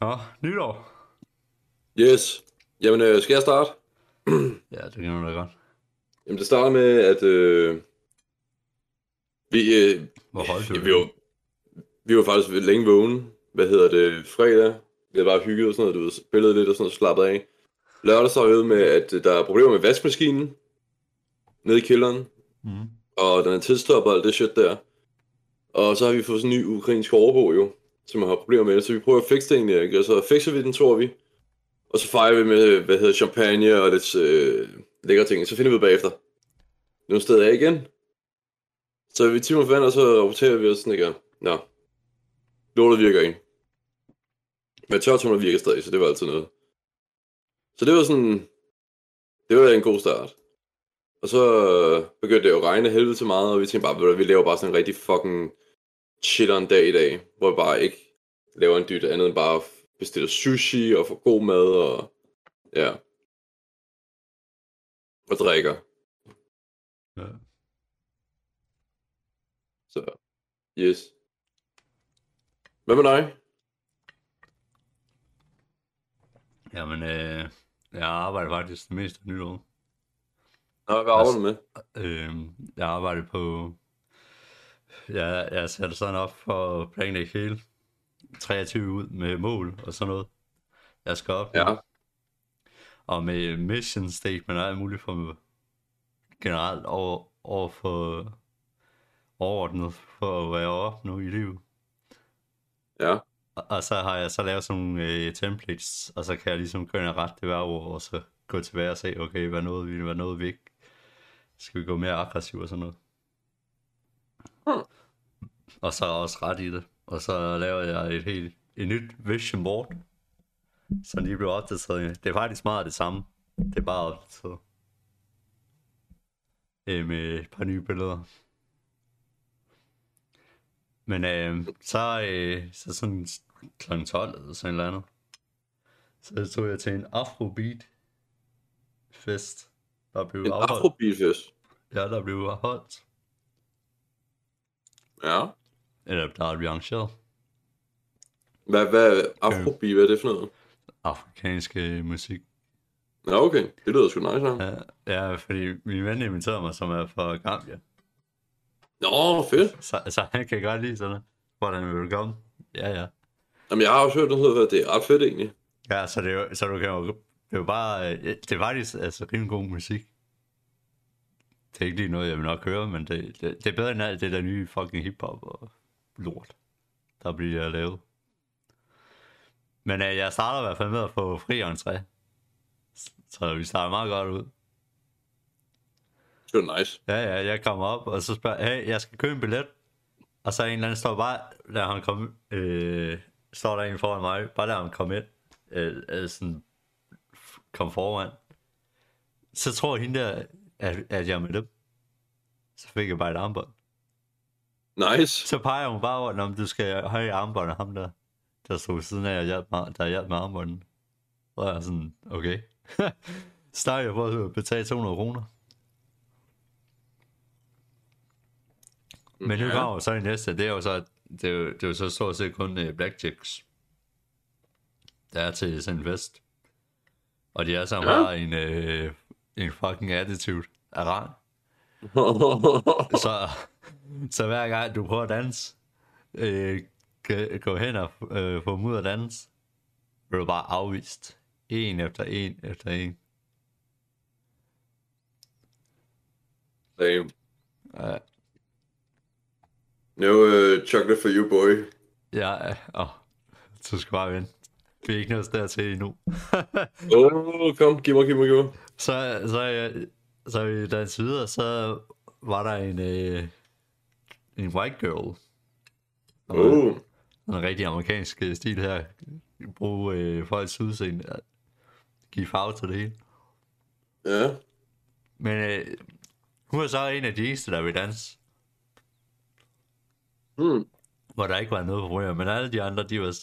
Nå, nytår. Yes. Jamen, skal jeg starte? Ja, det kan du da godt. Jamen, det starter med, at vi, Hvor holdt du ja, det? vi var faktisk længe vågne. Fredag. Vi havde bare hygget og sådan noget, du ved, spillet lidt og sådan noget, slappet af. Lørdag så jeg med, at der er problemer med vaskemaskinen nede i kælderen. Mm. Og den er tilstoppet og alt det shit der. Og så har vi fået sådan en ny ukrainsk overbo jo, som har problemer med det. Så vi prøver at fikse det egentlig, ikke? Og så fikser vi den, tror vi. Og så fejrer vi med, champagne og lidt lækre ting. Så finder vi ud bagefter. Nogle steder af igen. Så vi timer for og så rapporterer vi os sådan, ikke? Nå, lortet virker ikke. Men tørretumler virker stadig, så det var altid noget. Så det var sådan, det var en god start. Og så begyndte det jo at regne helvede til meget, og vi tænkte bare, vi laver bare sådan en rigtig fucking chilleren dag i dag, hvor vi bare ikke laver en dyt andet end bare bestiller sushi og får god mad og ja. Og drikker. Ja. Så, yes. Hvad med dig? Jamen, jeg arbejder faktisk det meste af nytår. Nå, hvad arbejder du med? Jeg arbejder på... Jeg sætter sådan op for at planlægge hele 23 ud med mål og sådan noget. Jeg skal op. Ja. Og med mission statement og alt muligt for generelt over for overordnet for at være op nu i livet. Ja. Og så har jeg så lavet sådan nogle templates, og så kan jeg ligesom gå ind og rette det hver år, og så gå tilbage og se, okay, hvad noget vi ikke? Skal vi gå mere aggressivt og sådan noget? Og så også ret i det. Og så laver jeg et nyt vision board, så lige blev opdateret. Det er faktisk meget det samme. Det er bare opdateret. Med et par nye billeder. Men så sådan kl. 12 eller sådan et eller andet. Så tog jeg til en Afrobeat fest, der blev En afholdt. Afrobeat-fest? Ja, der blev afholdt. Ja. Eller der blev arrangeret. Hvad Afrobeat, hvad er det for noget? Afrikanske musik. Ja, okay. Det lyder sgu nice, ja. Ja, fordi min ven inviterede mig, som er fra Gambia. Nå, fedt. Så han kan godt lide sådan noget. Hvordan vil du komme? Ja. Jamen, jeg har også hørt noget, at det er ret fedt egentlig. Ja, så du kan jo... Det er jo bare... Det er faktisk altså rimelig god musik. Det er ikke lige noget, jeg vil nok høre, men det er bedre end alt det der nye fucking hiphop og lort, der bliver lavet. Men jeg starter i hvert fald med at få fri entré. Så vi starter meget godt ud. Det er nice. Ja, jeg kommer op, og så spørger hey, jeg skal købe en billet. Og så en eller anden står bare, da han kom, står der en foran mig, bare da han kom ind, sådan, kom foran. Så tror hende der, at jeg er med dem. Så fik jeg bare et armbånd. Nice. Så peger hun bare over, om du skal have armbånd af ham der stod ved siden af, der hjalp med armbånden. Så er jeg sådan, okay. Så starter jeg på at betale 200 kroner. Men nu kommer så i næste, det er jo så, det er jo så stort set kun blackjacks, der er til sådan en fest. Og de er sammen bare en fucking attitude af rang. Så hver gang du prøver at danse, gå hen og få dem ud at danse, bliver du bare afvist. En efter en. Damn. Ja. No chocolate for you, boy. Ja, så skal bare vente. Vi er ikke noget sted til endnu. Kom, giv mig. Så vi dansede videre, så var der en white girl. En rigtig amerikansk stil her. Bruge folks udseende at give farve til det hele. Ja. Men hun var så en af de eneste, der ville danse. Hvor der ikke var noget problem. Men alle de andre, de var...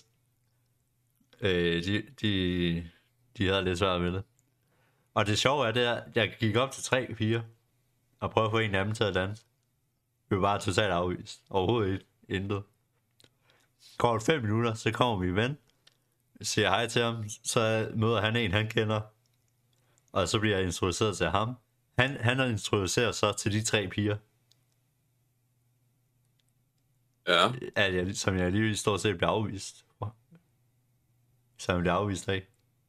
De havde lidt svært ved det. Og det sjove er, det er, at jeg gik op til 3 piger og prøvede at få en af dem til at danse. Vi var bare totalt afvist. Overhovedet ikke. Intet. Går 5 minutter, så kommer min ven siger hej til ham, så møder han en, han kender, og så bliver jeg introduceret til ham. Han er introduceret så til de 3 piger, Ja. som jeg lige stort set bliver afvist. Som jeg bliver afvist af.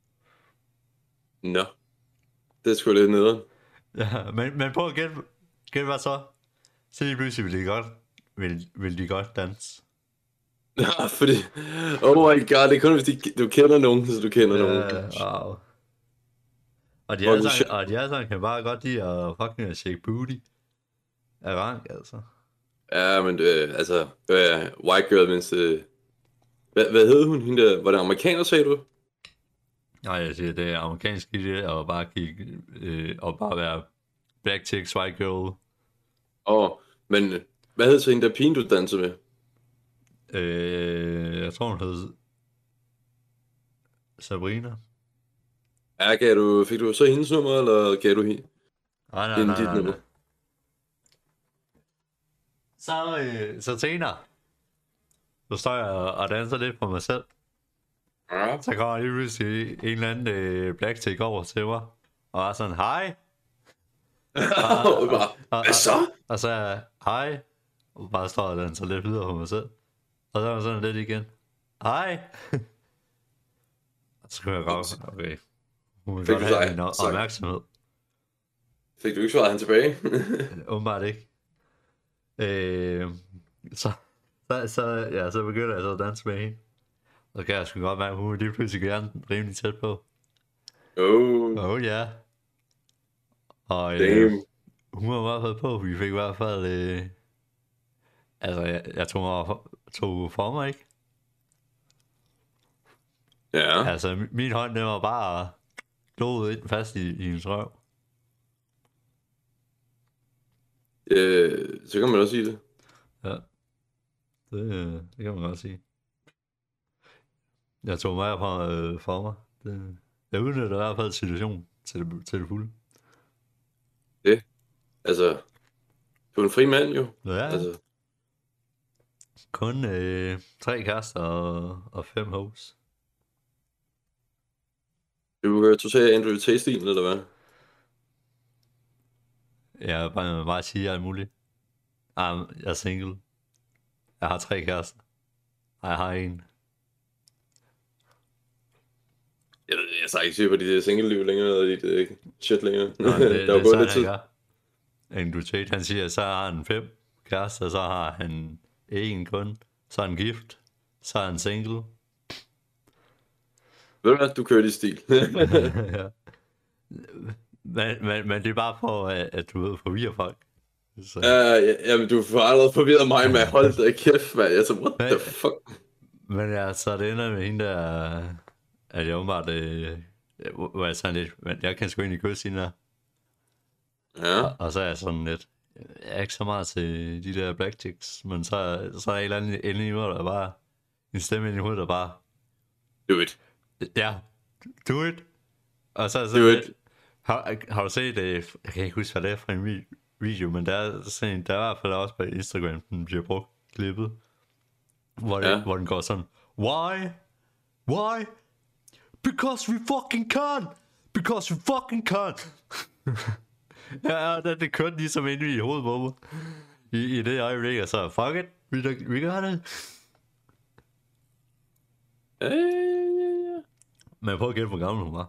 Nå. Det er sgu lidt nederen. Ja, men prøv at gætte hvad så? Så lige pludselig vil de godt danse. Ja, fordi... Oh my god, det er kun hvis du kender nogen, så du kender nogen. Wow. Og de alle sammen kan bare godt lide at fucking shake booty. Af rank, altså. Ja, men altså... White girl, mens... Hvad hed hun? Hende der? Var det amerikaner, sagde du? Nej, jeg siger, det er amerikansk i det, og bare kigge... og bare være black chicks, white girl. Men... Hvad hed så hende der pigen, du dansede med? Jeg tror, hun hed Sabrina. Ja, fik du så hendes nummer, eller gav du hende? Nej. Så senere, så står jeg og danser lidt for mig selv. Ja. Så kommer lige pludselig en eller anden black chick over til mig, og er sådan, hej. Hvad så? Og så er jeg, hej. Og bare står og danser lidt videre for mig selv. Og så er jeg sådan lidt igen, hej. Og så kunne jeg godt, okay. Hun vil godt have en opmærksomhed. Fik du ikke svaret han tilbage? Åbenbart ikke. Så begynder jeg så at danse med hende. Og så kan jeg sgu godt mærke, at hun lige pludselig gerne rimelig tæt på. Ja. Og hun var i hvert fald på. Vi fik i hvert fald... altså, jeg tog for mig, ikke? Ja. Altså, min hånd, den var bare gloet ind fast i hendes røv. Så kan man også sige det. Ja. Det kan man godt sige. Jeg tog mig for mig. Jeg udnytter i hvert fald situationen til det fulde. Det? Altså, du er en fri mand jo. Ja. Altså. Kun 3 kærester og 5 hoes. Du sagde Andrew Tate-stilen, eller hvad? Jeg bare sige alt muligt. Jeg er single. Jeg har 3 kærester. Og jeg har en. Jeg er så ikke syg på dit single-liv længere, og dit shit længere. Nej, der er jo gået lidt tid. Andrew Tate, han siger, så har han 5 kærester, så har han en kun, så er han gift, så er han single. Ved du hvad, du kører i stil. Ja. Men det er bare for, at du ved, forvirre folk. Så. Jamen, du får allerede forvirret mig med, hold da kæft, mand. Jeg så, what the fuck? Men ja, så det ender med hende der, at jeg åbenbart, hvor jeg sådan lidt, men jeg kan sgu egentlig kysse hende der. Ja. Og så er jeg sådan lidt, jeg er ikke så meget til de der black chicks, men så er der en eller anden ende i hovedet, der bare, en stemme inde i hovedet, der bare, Do it. Ja, do it. Og så do it. Har du set, jeg kan ikke huske, hvad det er for en video, men der er i hvert fald også på Instagram, den bliver brugt klippet, hvor den går sådan, why? Because we fucking can. Ja, det kørte ligesom inde i hovedet på mig. I det øjeblik, og så, fuck it, vi gør det. Men prøv at gætte, hvor gammel hun var.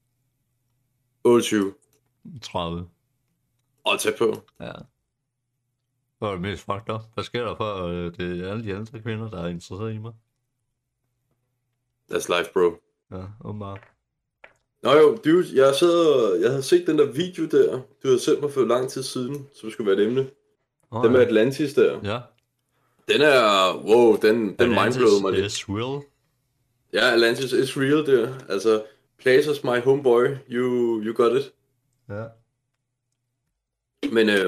28. 30. Og tæt på. Ja. Hvad er det mest fucked up? Hvad sker der for, det er alle de andre kvinder, der er interesseret i mig? That's life, bro. Ja, åbenbart. Nå jo, dude, jeg havde set den der video der, du havde sendt mig for lang tid siden, som skulle være et emne. Den med Atlantis der. Ja. Den er, wow, den mindblowede mig lidt. Atlantis is real. Ja, Atlantis is real der. Altså, Places my homeboy, you got it. Ja. Men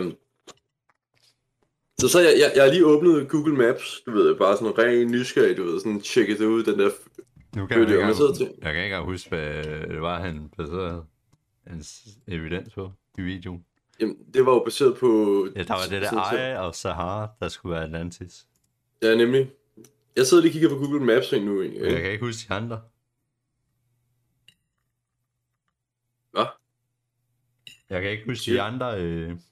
så jeg har lige åbnet Google Maps, du ved, bare sådan ren nysgerrig, du ved, sådan tjekket det ud, den der nu kan jeg kan ikke engang huske, hvad det var, han baserede hans evidens på i videoen. Jamen, det var jo baseret på... Ja, der var det der Eye og Sahara, der skulle være Atlantis. Ja, nemlig. Jeg sidder lige og kigger på Google Maps nu egentlig. Jeg kan ikke huske de andre. Jeg kan ikke huske de andre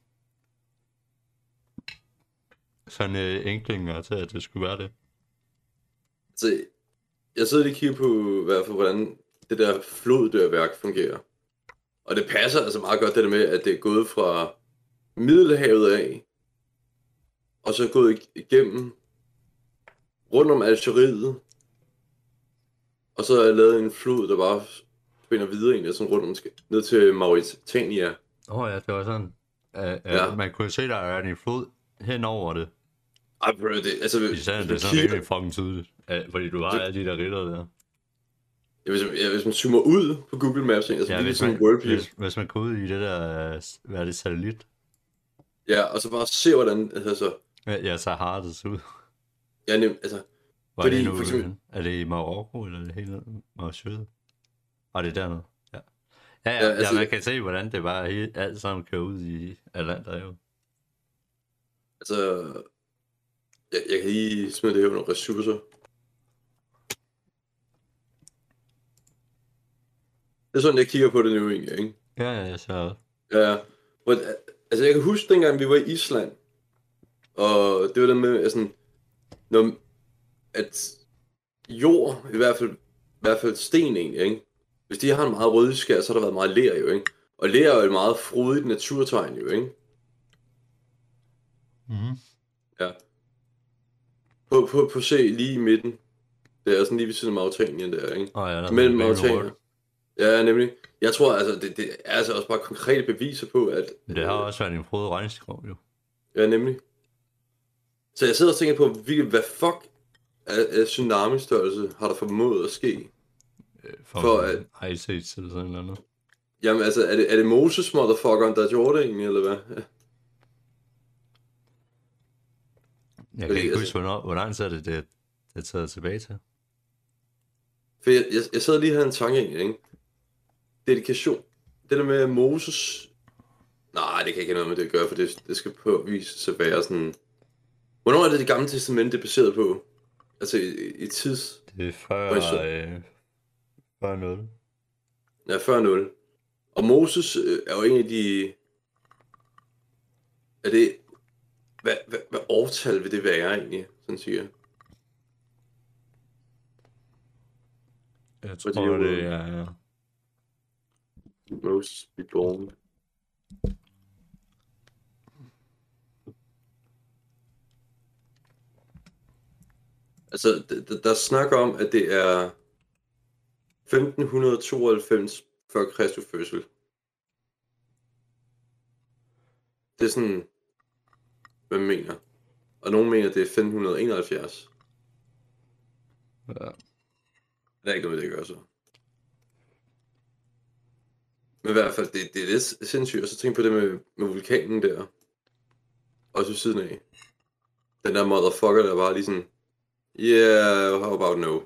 sådan enklinger til, at det skulle være det. Så jeg sidder lige og kigger på, i hvert fald, hvordan det der floddørværk fungerer. Og det passer altså meget godt det der med, at det er gået fra Middelhavet af, og så gået igennem rundt om Algeriet, og så er lavet en flod, der bare spinder videre egentlig, sådan rundt om, ned til Mauritania. Ja, det var sådan. Ja. Man kunne se, der er en flod hen over det. Ej, bro, det, altså, det er sådan virkelig fucking tydeligt. Fordi du har alle de der ritter der. Ja, hvis man zoomer ud på Google Maps, altså ja, hvis man går ud i det der, hvad er det, satellit? Ja, og så bare se, hvordan altså... Ja, så har det så ud. Ja, altså... Hvor er det nu? For eksempel... Er det i Marokko, eller er det helt Mauritius? Og det er dernede, ja. Ja, man kan se, hvordan det bare alt sammen kører ud i Atlanterhavet. Altså... Jeg kan lige smide det her nogle ressourcer. Det er sådan, jeg kigger på det nu egentlig, ikke? Ja, så... Ja, altså jeg kan huske dengang, vi var i Island, og det var det med, at jord, i hvert fald sten egentlig, ikke? Hvis de har en meget rød skær, så har der været meget ler jo, ikke? Og ler er jo et meget frodigt naturtegn jo, ikke? Mhm. Ja. På se lige i midten. Det er sådan lige ved siden af Mauretanien der, ikke? Ja, der mellem Mauretanien. Ja, nemlig. Jeg tror altså, det er altså også bare konkrete beviser på, at... Det har også været en frodig regnskov, jo. Ja, nemlig. Så jeg sidder og tænker på, hvad fuck af tsunami-størrelse har der formået at ske? For at... Ice Age eller sådan noget. Jamen altså, er det Moses motherfuckeren, der gjorde det egentlig, eller hvad? Jeg kan ikke huske, hvor lang tid det er taget tilbage til. For jeg sad lige og havde en tanke egentlig, ikke? Dedikation. Det der med Moses... Nej, det kan ikke have noget med det at gøre, for det skal påvise sig være sådan... Hvornår er det gamle testament, det er baseret på? Altså i tids... Det er før 0. Ja, før 0. Og Moses er jo en af de... Er det... Hvad årtal vil det være egentlig, sådan siger jeg? Jeg tror, det er... Moses be born. Altså, der snakker om, at det er 1592 før Kristus fødsel. Det er sådan, hvad man mener. Og nogen mener, det er 1571. Ja. Det er ikke noget, det gør så. Men i hvert fald, det er lidt sindssygt. Og så tænk på det med vulkanen der. Også ved siden af. Den der motherfucker, der var lige sådan... Yeah, how about no?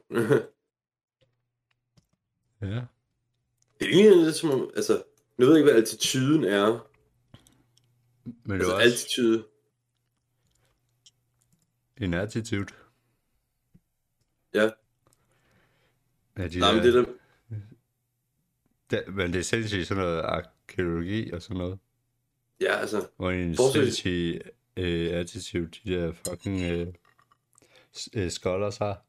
Ja. Det er egentlig lidt som om, altså... Nu ved jeg ikke, hvad altituden er. Men altså også... altitude. En attitude. Ja. Nej, men det der... Men det er sindssygt sådan noget arkeologi og sådan noget. Ja, altså... Og en sindssygt attitude, de der fucking scholars har.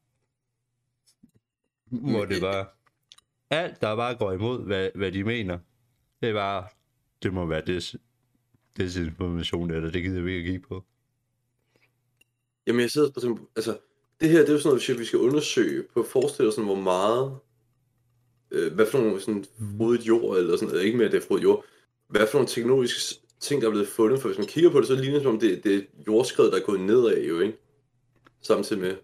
Hvor det bare... Alt, der bare går imod, hvad de mener, det er bare... Det må være desinformation, eller det gider vi ikke kigge på. Jamen, jeg sidder på sådan... Altså, det her, det er jo sådan noget, shit, vi skal undersøge på at forestille os, hvor meget... hvad for nogle sådan frodigt jord, eller sådan noget, ikke mere det er frodigt jord. Hvad for nogle teknologiske ting, der er blevet fundet, for hvis man kigger på det, så ligner det som om det er jordskred, der er gået nedad jo, ikke? Samtidig med.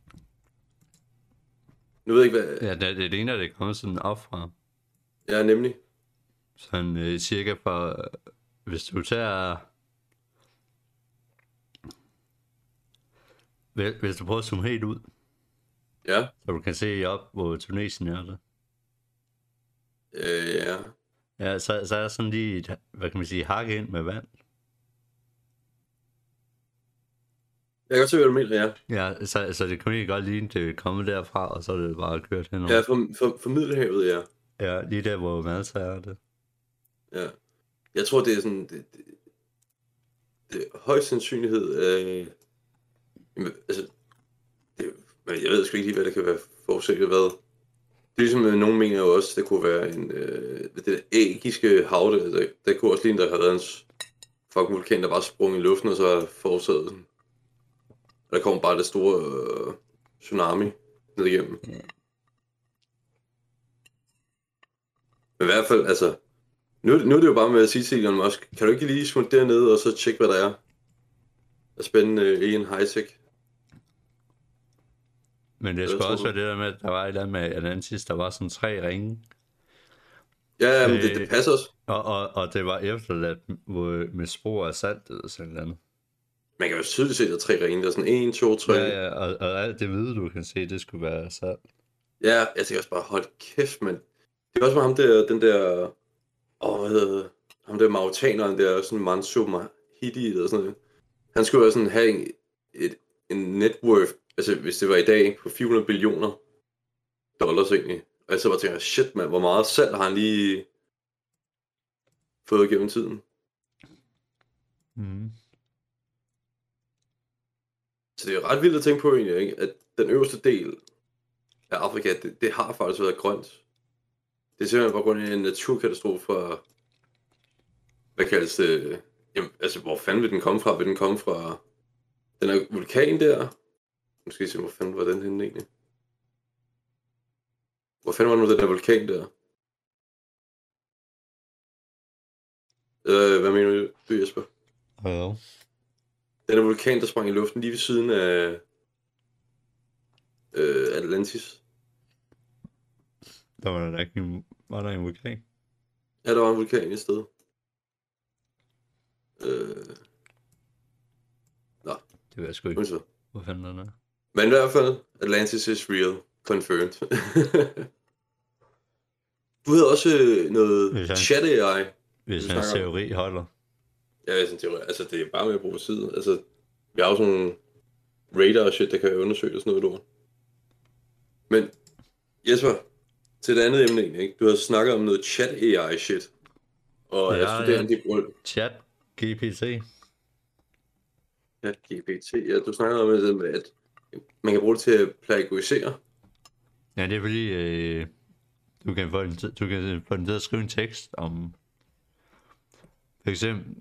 Nu ved jeg ikke, hvad... Ja, det ligner, det er kommet sådan op fra. Ja, nemlig. Sådan cirka fra... Hvis du tager... Hvis du prøver at zoome helt ud. Ja. Så du kan se op, hvor Tunesien er der. Ja. Ja, så er der sådan lige et, hvad kan man sige, hak ind med vand. Jeg kan godt se, hvad du mener, ja. Ja, så det kan egentlig godt ligne, det er kommet derfra, og så er det bare kørt henover. Ja, fra Middelhavet, ja. Ja, lige der, hvor Malta er det. Ja. Jeg tror, det er sådan... Det er højst sandsynlighed... altså, men jeg ved sgu ikke lige, hvad det kan være forudsigeligt hvad. Det er ligesom, nogen mener jo også, det kunne være en... det der ægiske hav, der kunne også ligne, der havde været en fucking vulkan, der bare sprung i luften, og så forårsaget sådan. Og der kom bare det store tsunami ned igennem. Men i hvert fald, altså... Nu er det jo bare med at sige til Elon Musk, kan du ikke lige smutte dernede, og så tjekke, hvad der er? Der er spændende i en high-tech. Men det skulle også være det der med, at der var et eller andet med Atlantis, der var sådan 3 ringe. Ja, men det passer også. Og det var efterladt med spor af salt eller sådan noget. Man kan jo tydeligt se, at der er 3 ringe. Der er sådan 1, 2, 3. Ja, og alt det hvide, du kan se, det skulle være salt. Ja, jeg tænker også bare, hold kæft, mand. Det er også med ham der, den der... hvad hedder det? Ham der mauretaneren der, sådan Mansour Mahidi eller sådan noget. Han skulle jo sådan have en net worth, altså hvis det var i dag, på 400 billioner dollars egentlig. Og jeg så bare tænker, shit mand, hvor meget salt har han lige fået gennem tiden. Mm. Så det er ret vildt at tænke på egentlig, ikke? At den øverste del af Afrika, det har faktisk været grønt. Det er simpelthen på grund af en naturkatastrofe fra, hvad kaldes det, jamen, altså hvor fanden vil den komme fra? Vil den komme fra den her vulkan der? Nu skal vi se, hvor fanden var den henne egentlig? Hvor fanden var nu den der vulkan der? Hvad mener du, Jesper? Ja. Den der vulkan, der sprang i luften lige ved siden af Atlantis. Der var der ikke var der en vulkan? Ja, der var en vulkan i stedet. Nå. Det ved jeg sgu ikke. Hvor fanden den er? Men i hvert fald, Atlantis is real. Confirmed. Du havde også noget chat AI. Hvis hans teori holder. Ja, hvis en teori. Altså, det er bare med at bruge side. Altså, vi har jo sådan nogle radar og shit, der kan undersøge og sådan noget lort. Men, Jesper, til det andet emne egentlig, ikke? Du har snakket om noget chat AI shit. Og ja, studerende, de bruger... Chat GPT. Chat GPT, ja. Du snakker om, at man kan bruge det til at plagiarisere. Ja, det er fordi, du kan få den til at skrive en tekst om, for eksempel,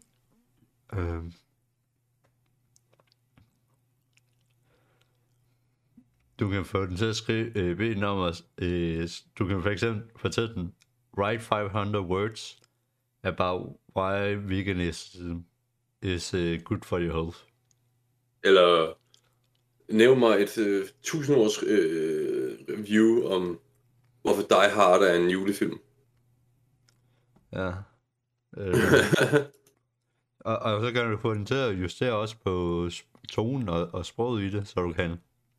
du kan få den til at skrive, bede den om at, du kan for eksempel fortælle den, write 500 words about why veganism is good for your health. Eller nævn mig et 1000 års review om, hvorfor Die Hard er en julefilm. Ja. og så kan du få den til at justere også på tonen og sproget i det, så du kan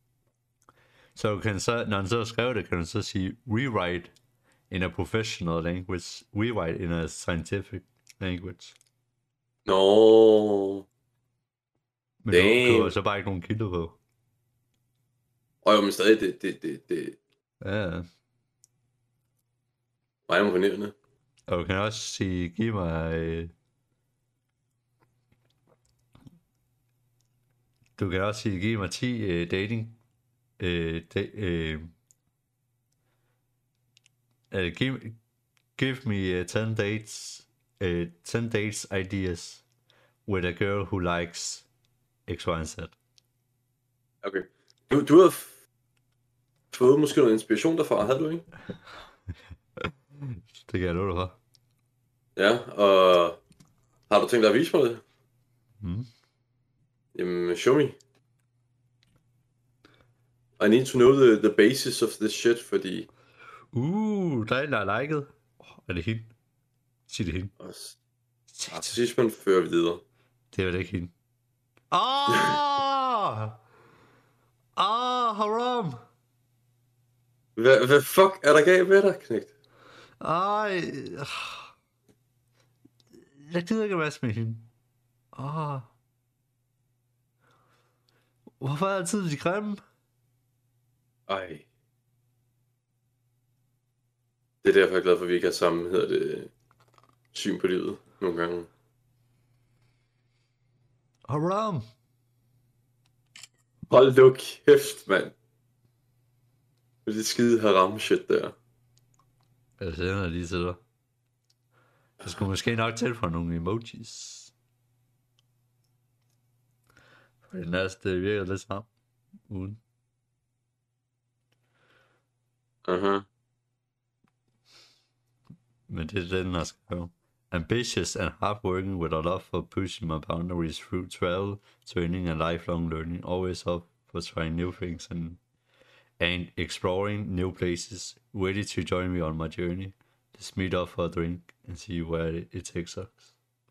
så, når den så har skrevet det, kan du så sige rewrite in a professional language, rewrite in a scientific language. Nå. Men du har så bare ikke nogen kilder på. Jo, men stadig, det Ja. meget imponerende. Og du kan også sige, giv mig... Du kan også sige, giv mig 10 dating... give me 10 dates... 10 dates ideas with a girl who likes X, Y, and Z. Okay. Du har fået måske noget inspiration derfra, havde du ikke? Det kan jeg love dig for. Ja, og har du tænkt dig at vise mig det? Mm. Jamen, show me. I need to know the basis of this shit, fordi... Der er en, der har liket. Er det hende? Sig det hende. Racismen fører vi videre. Det var det ikke hende. Haram! Hvad fuck er der galt med dig, knægt? Jeg gider ikke at vaske med hende. Hvorfor er altid de grimme? Ej. Det er derfor, jeg er glad for, at vi ikke har samme, syn på livet nogle gange. Haram! Hold nu kæft, mand. Det er det skide haram shit der. Jeg sender lige til dig. Jeg skulle måske nok tilføje nogle emojis. For det næste, det virker lidt sammen. Uden. Aha. Men det er den, der skrev. Ambitious and hardworking with a love for pushing my boundaries through travel, training and lifelong learning. Always up for trying new things and exploring new places. Ready to join me on my journey. Let's meet up for a drink and see where it takes us.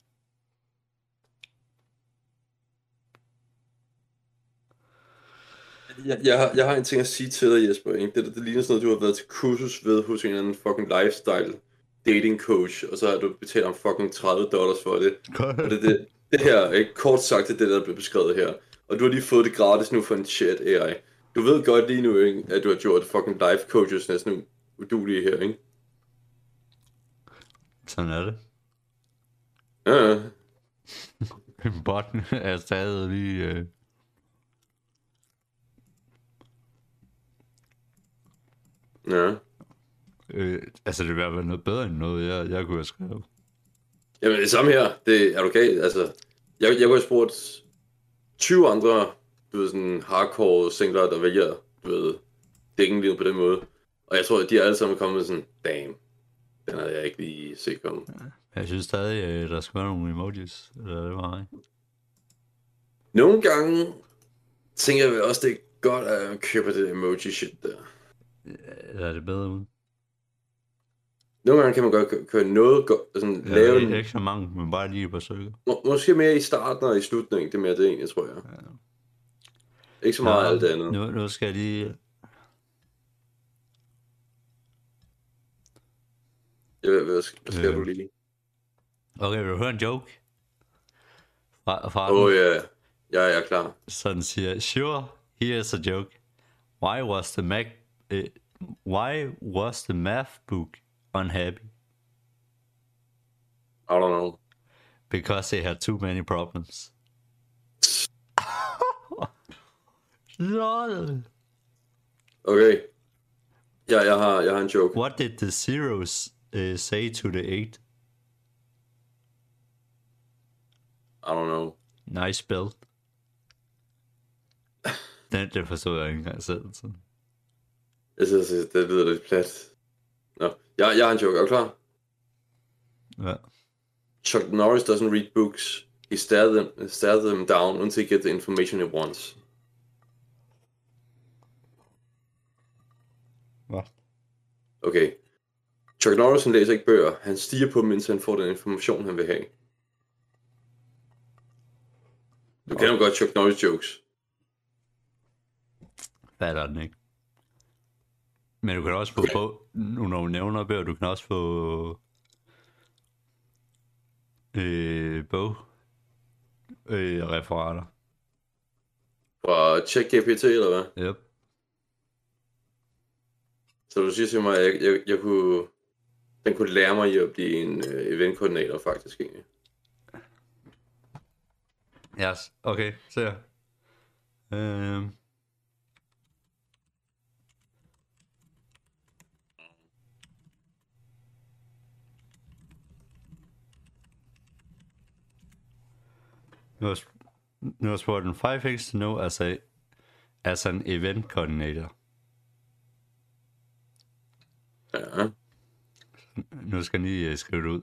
Jeg har en ting at sige til dig, Jesper. Ikke? Det ligner sådan noget, du har været til kursus ved hos en eller anden fucking lifestyle dating coach, og så har du betalt ham fucking $30 for det. Og det her, ikke? Kort sagt, det er det, der bliver beskrevet her. Og du har lige fået det gratis nu for en chat AI. Du ved godt lige nu, ikke, at du har gjort fucking life coaches næsten udulige her, ikke? Sådan er det. Ja. Botten er stadig lige... Ja. Altså, det vil være noget bedre end noget, jeg kunne have skrevet. Jamen, det samme her. Det er du galt. Altså, jeg kunne have spurgt 20 andre, du ved, sådan hardcore singler, der vælger, du ved, dækkenlivet på den måde. Og jeg tror, at de alle sammen er kommet sådan, damn, den havde jeg ikke lige set komme. Ja. Jeg synes stadig, der skal være nogle emojis. Eller det var ikke. Nogle gange tænker jeg også, det er godt at købe det emoji shit der. Eller er det bedre ud? Nogle gange kan man godt køre noget godt, sådan lave en... Ikke så mange, men bare lige på stykker. Måske mere i starten og i slutningen, det er mere det egentlig, tror jeg. Ja. Ikke så meget alt det andet. Nu skal jeg lige... Hvad skal du lige? Okay, vil du høre en joke? Fra ja. Jeg er klar. Sådan siger, sure, here's a joke. Why was the math book unhappy? I don't know. Because they had too many problems. Lol. Okay. Ja, jeg har en joke. What did the zeros say to the 8? I don't know. Nice belt. Det forstod jeg ikke engang selv. Så. Jeg synes, det lyder lidt plat. Nå, jeg har en joke. Er du klar? Ja. Chuck Norris doesn't read books. He stares them down until he gets the information he wants. Hvad? Okay. Chuck Norris, han læser ikke bøger. Han stiger på dem, indtil han får den information, han vil have. Du kender godt Chuck Norris jokes. Fatter den ikke. Men du kan også få når du nævner bøger, du kan også få bog referater. Fra ChatGPT, eller hvad? Yep. Så du siger til mig, at den kunne lære mig i at blive en eventkoordinator, faktisk, egentlig. Yes, okay, så jeg. Nu har spurgt den 5 things to know as an event coordinator. Ja. Nu skal jeg lige skrive det ud.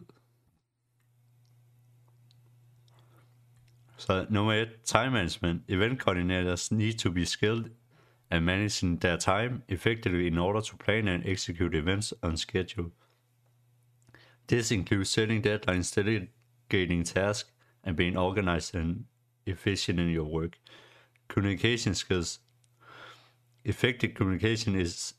Så nummer 1, time management. Event coordinators need to be skilled at managing their time effectively in order to plan and execute events on schedule. This includes setting deadlines, delegating tasks, and being organized and efficient in your work. Communication skills. Effective communication is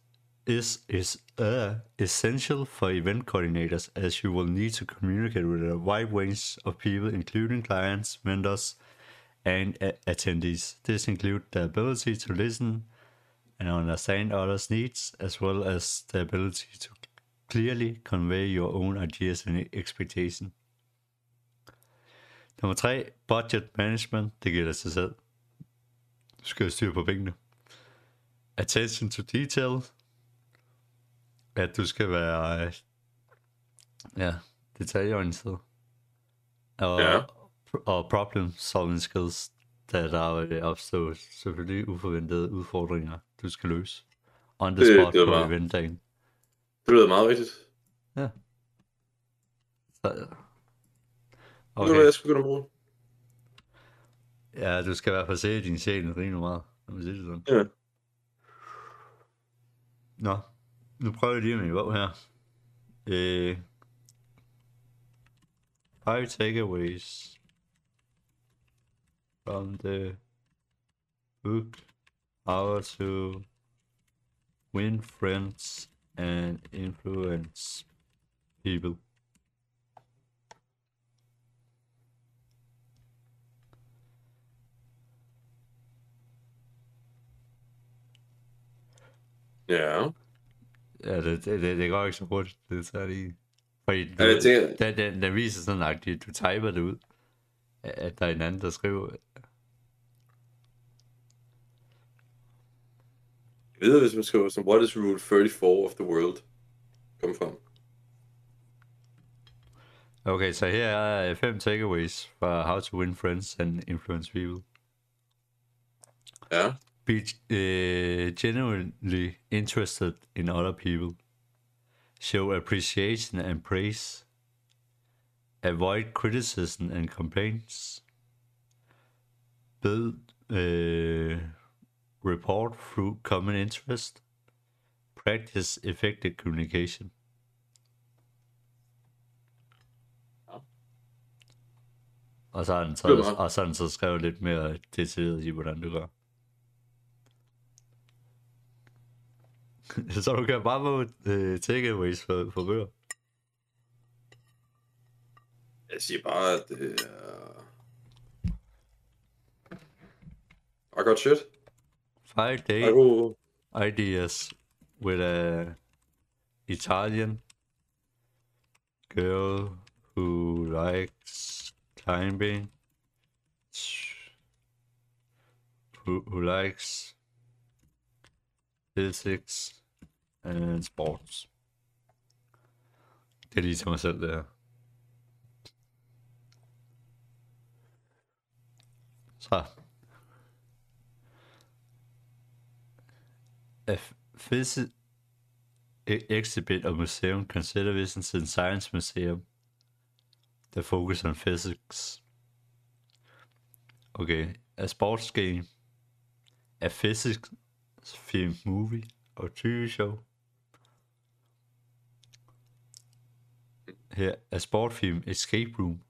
essential for event coordinators, as you will need to communicate with a wide range of people, including clients, vendors, and attendees. This includes the ability to listen and understand others' needs, as well as the ability to Clearly convey your own ideas and expectation. Nummer 3, budget management. Det gælder sig selv. Du skal have styr på pengene. Attention to detail. At du skal være detaljeorienteret. Og problem solving skills, da der vil opstå selvfølgelig uforventede udfordringer, du skal løse. On the spot på eventdagen. Det lyder meget rigtigt. Ja. Så, okay. Det er jeg skulle bruge. Ja, du skal i hvert fald se din sjæl rimelig meget, når man siger det sådan. Ja. Nå, nu prøver jeg lige med min bog her. 5 takeaways from the book How to Win Friends and Influence People. Ja. Ja, det går ikke så hurtigt, det tager det i. Fordi den viser sådan, at du typer det ud, at der er en anden, der skriver. Jeg ved, hvis man skriver som, what is rule 34 of the world? Kom frem. Okay, så her er 5 takeaways fra How to Win Friends and Influence People. Ja. Be genuinely interested in other people. Show appreciation and praise. Avoid criticism and complaints. Build report through common interest. Practice effective communication. Og så har den så skrevet lidt mere detaljeret i, hvordan du gør. Så du kan bare få takeaways for bøger. Jeg siger bare, at det er... I got shit. 5 day ideas with a Italian girl who likes climbing, who likes physics and sports. Det er lige til mig selv, det her. Så. A physics exhibit or museum consider visits in science museum that focus on physics. Okay, a sports game, a physics film, movie or TV show. Her, a sport film, escape room.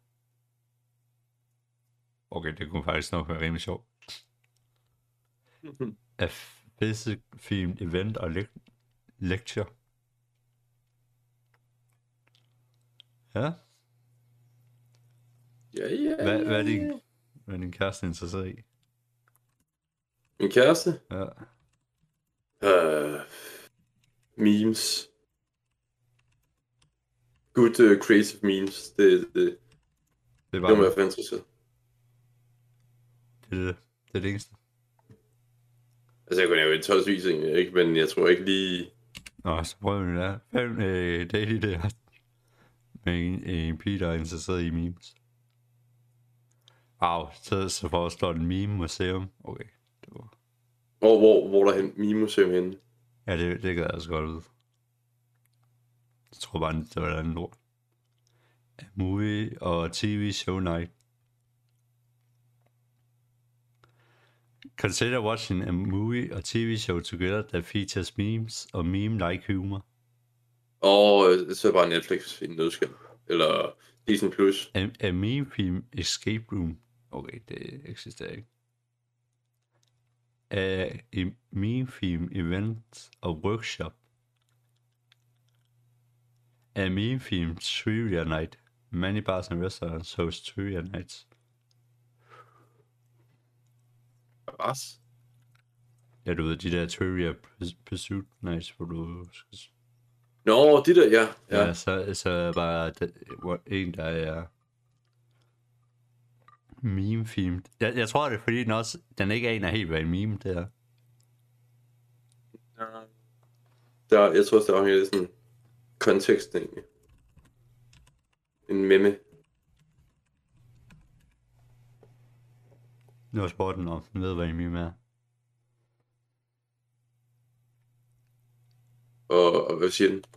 Okay, det kunne faktisk nok være rimelig sjovt. A physics film, event og lecture. Ja. Ja. Hvad er din kæreste interesseret i? Min kæreste? Ja. Memes. Good creative memes. Det må jeg være interesseret. Det er det eneste. Altså, jeg kunne lave en tonsvisning, ikke? Men jeg tror ikke lige... Nå, så prøver vi det. 5 daily der med en pige, der er interesseret i memes. Wow, så foreslår den meme-museum. Okay, det var... Hvor der er meme-museum henne? Ja, det kan jeg altså godt vide. Jeg tror bare, det var et andet ord. A movie og TV show night. Consider watching a movie or TV show together that features memes or meme-like humor. Så er bare Netflix i en nødskal. Eller Disney+. A meme film escape room. Okay, det eksisterer ikke. A meme film event or workshop. A meme film trivia night. Many bars and restaurants host trivia nights. Bars? Ja, du ved, de der trivia pursuit nights, hvor du skal... Nå, det der, ja. Ja, så bare en, der er meme-themed. Jeg tror, det er fordi, den ikke aner helt, hvad en meme det er. Jeg tror også, der er sådan kontekst egentlig. En meme. Nu er sporten om, den ved, hvad en meme er. Og hvad siger den?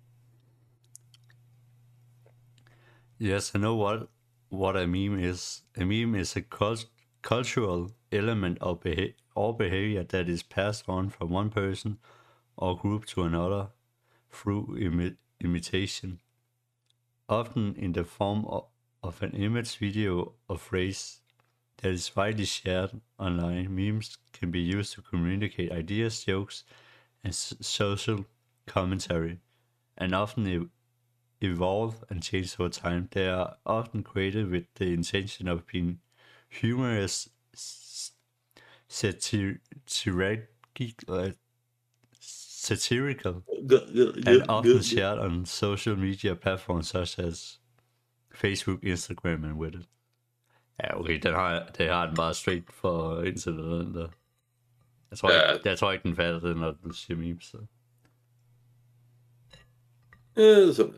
Yes, I know what a meme is. A meme is a cultural element or behavior that is passed on from one person or group to another through imitation, often in the form of an image, video, or phrase that is widely shared online. Memes can be used to communicate ideas, jokes, and social commentary, and often evolve and change over time. They are often created with the intention of being humorous, satirical, and often shared on social media platforms such as Facebook, Instagram, and Reddit. Ja, okay, det har den bare straight for internettet, den der. Jeg tror ikke, den fatter det, når du siger memes. Så. Ja, det er sådan.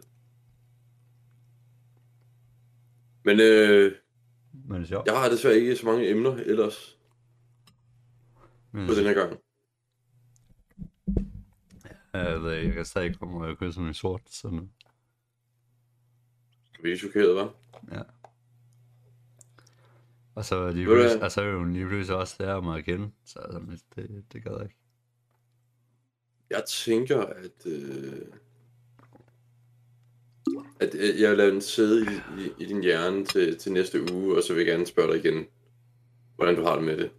Men Men det er jeg har desværre ikke så mange emner ellers på den her gang. Jeg kan stadig komme og køre som en sort, sådan. Vi er chokeret, hva'? Ja. Og så er jo lige pludselig også der mig igen, så altså, det gad jeg ikke. Jeg tænker, at jeg vil lade den sidde i din hjerne til næste uge, og så vil jeg gerne spørge dig igen, hvordan du har det med det.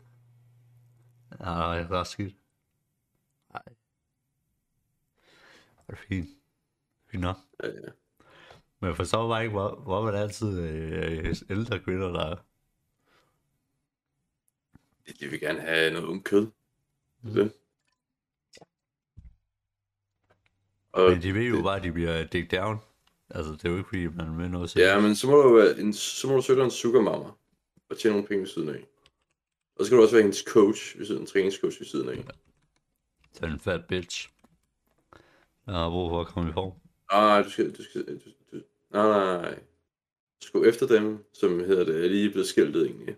Nej, det er ret skidt. Nej. Det er fint. Fint nok. Ja. Men jeg forstår bare ikke, hvor man altid ældre kvinder, der er. De vil gerne have noget ungt kød. Det. Men de ved jo bare, at de bliver dick down. Altså, det er jo ikke, fordi man er med noget selv. Ja, men så må du søge dig en sugarmamma og tjene nogle penge ved siden af. Og så skal du også være hendes coach, en træningscoach ved siden af. Så en fat bitch. Jeg har brug for at komme i form. Nej, nej. Du skal gå efter dem, som hedder det, er lige blevet skiltet egentlig.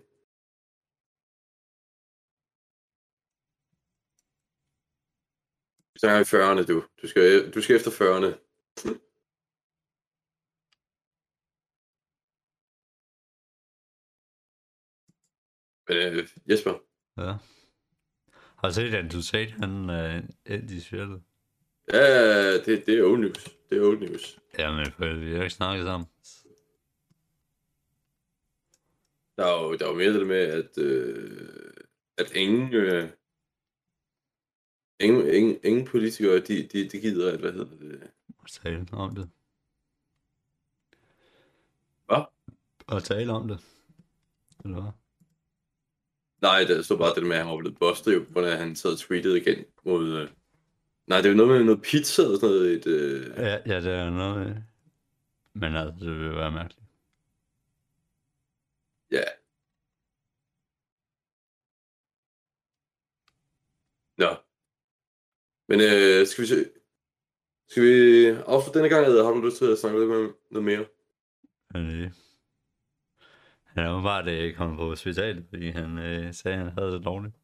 Så er i 40'erne, du. Du skal efter 40'erne. Men Jesper. Ja. Har du set den, du sagde, han endte i sværet? Ja, det er old news. Det er old news. Jamen, for vi har ikke snakket sammen. Der er jo mere det med, at ingen politikere, de gider, at, hvad hedder det? At tale om det. Hvad? At tale om det. Eller hvad? Nej, det stod bare det med, at han var blevet bustet jo, hvor han sad og tweetede igen mod... Nej, det er jo noget med noget pizza og sådan noget. Ja, det er noget... Men altså, det vil være mærkeligt. Ja. Nå. Men skal vi afslutte denne gang, eller har du lyst til at snakke lidt med noget mere? Han er jo bare kommet på hospitalet, fordi han sagde, at han havde det dårligt.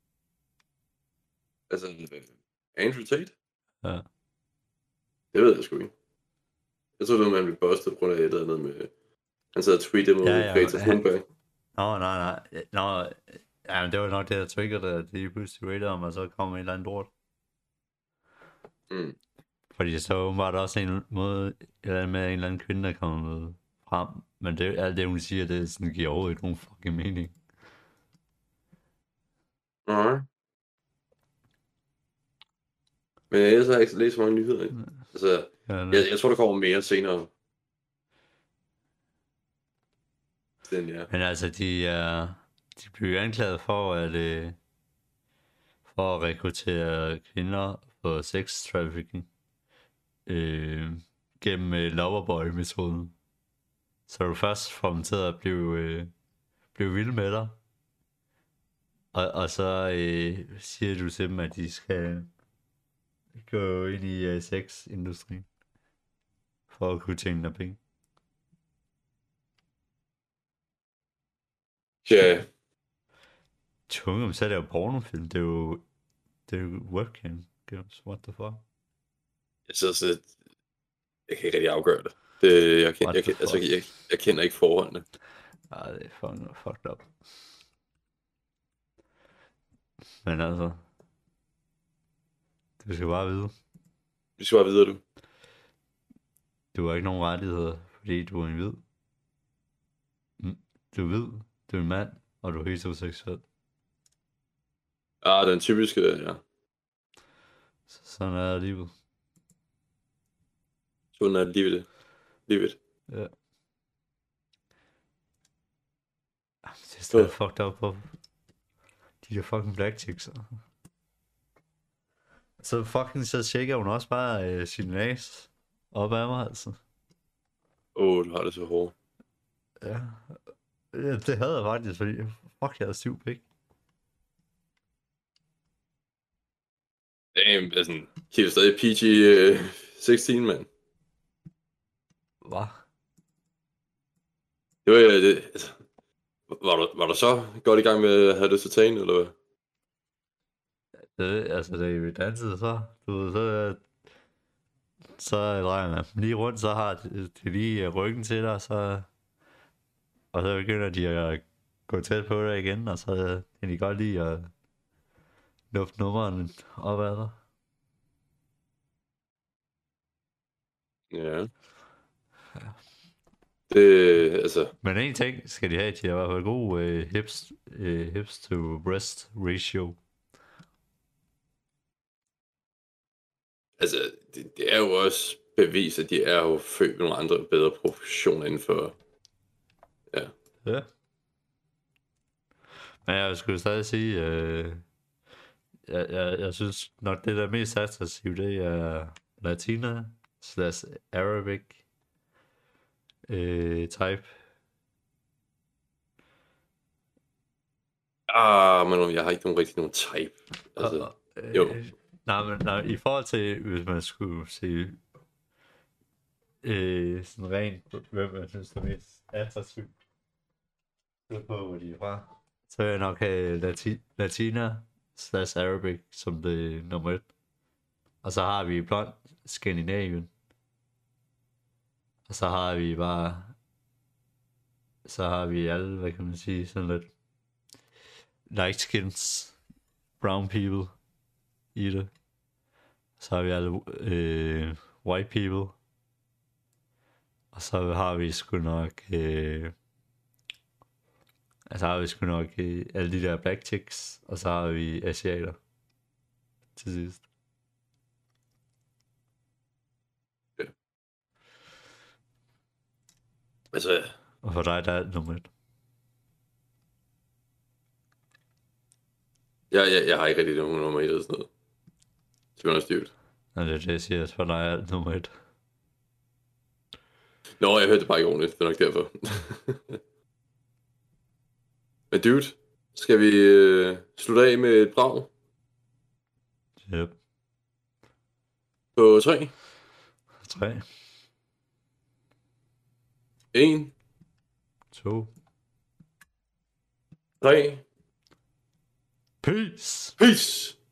Altså, Andrew Tate? Ja. Det ved jeg sgu ikke. Jeg tror, det var, man blev bustet på grund af et eller andet med... Han sad og tweetede mod Greta Thunberg. Nej. Ja, men det var nok det, der triggede, at de pludselig rated om, og så kom en eller anden lort. Mm. Fordi så var der også en måde, eller med en eller anden kvinde, der kom frem. Men det, alt det, hun siger, det sådan, giver overhovedet ikke nogen fucking mening. Nej. Men ellers har jeg ikke læst så mange nyheder. Ikke? Altså, jeg tror, der kommer mere senere. Ja. Men altså, de bliver anklaget for at rekruttere kvinder for sex trafficking. gennem loverboy-metoden. Så er du først får dem til at blive vilde med dig. Og så siger du til dem, at de skal gå ind i sexindustrien. For at kunne tjene dig penge. Ja, Tunge, så er det jo pornofilm. Det er jo webcam games. What the fuck? jeg kan ikke rigtig afgøre det. Jeg What the fuck? jeg kender ikke forholdene. Ej, det er fucked up. Men altså, du skal bare vide, Vi skal bare videre, du. du har ikke nogen rettigheder, fordi du er en hvid. Du er hvid, du er en mand, og du er heteroseksuel. Den typiske, ja. Sådan er livet. Sådan er livet. Livet. Ja. Det er stadig fucked up på de der fucking black chicks. Så tjekker hun også bare sin næs op ad mig, altså. Du har det så hårdt. Ja. Ja, det havde jeg faktisk, fordi fuck, jeg havde stiv pik. Damn, det er sådan, kigger stadig PG-16, mand. Hvad? Det var det, altså, var du så godt i gang med at have det til tagen, eller hvad? Altså, da vi dansede, så, du ved, så drejer man dem lige rundt, så har de lige ryggen til dig, og så begynder de at gå tæt på dig igen, og så kan de godt lide at lufte nummeren op ad dig. Ja. Det, altså, Men en ting skal de have, de har i hvert fald god hips to breast ratio. altså det er jo også bevist, at de er jo født med nogle andre bedre professioner inden for, ja. Ja. Men jeg skulle stadig sige, jeg synes nok det der mest attraktive, det er Latina / Arabic type. Men jeg har ikke nogen type. Altså, jo. Nej, i forhold til, hvis man skulle se sådan rent, hvem man synes er mest attraktiv, på hvor de er fra, så vil jeg nok have Latina / Arabic som det nummer 1. Og så har vi blond Skandinavien. Og så har vi alle, hvad kan man sige, sådan lidt light skins, brown people i det. Så har vi alle white people. Og så har vi sgu nok alle de der black chicks. Og så har vi asiater til sidst. Ja. Altså, og for dig, der er det nummer 1. Jeg har ikke rigtig nogen nummer 1 eller sådan noget. Det er også dyrt. Og det er det, jeg siger, at for dig er det nummer 1. Nå, jeg hørte det bare ikke ordentligt. Det er nok derfor. Men dude, skal vi slutte af med et brag? Yep. På 3? 3. 1. 2. 3. Peace! Peace!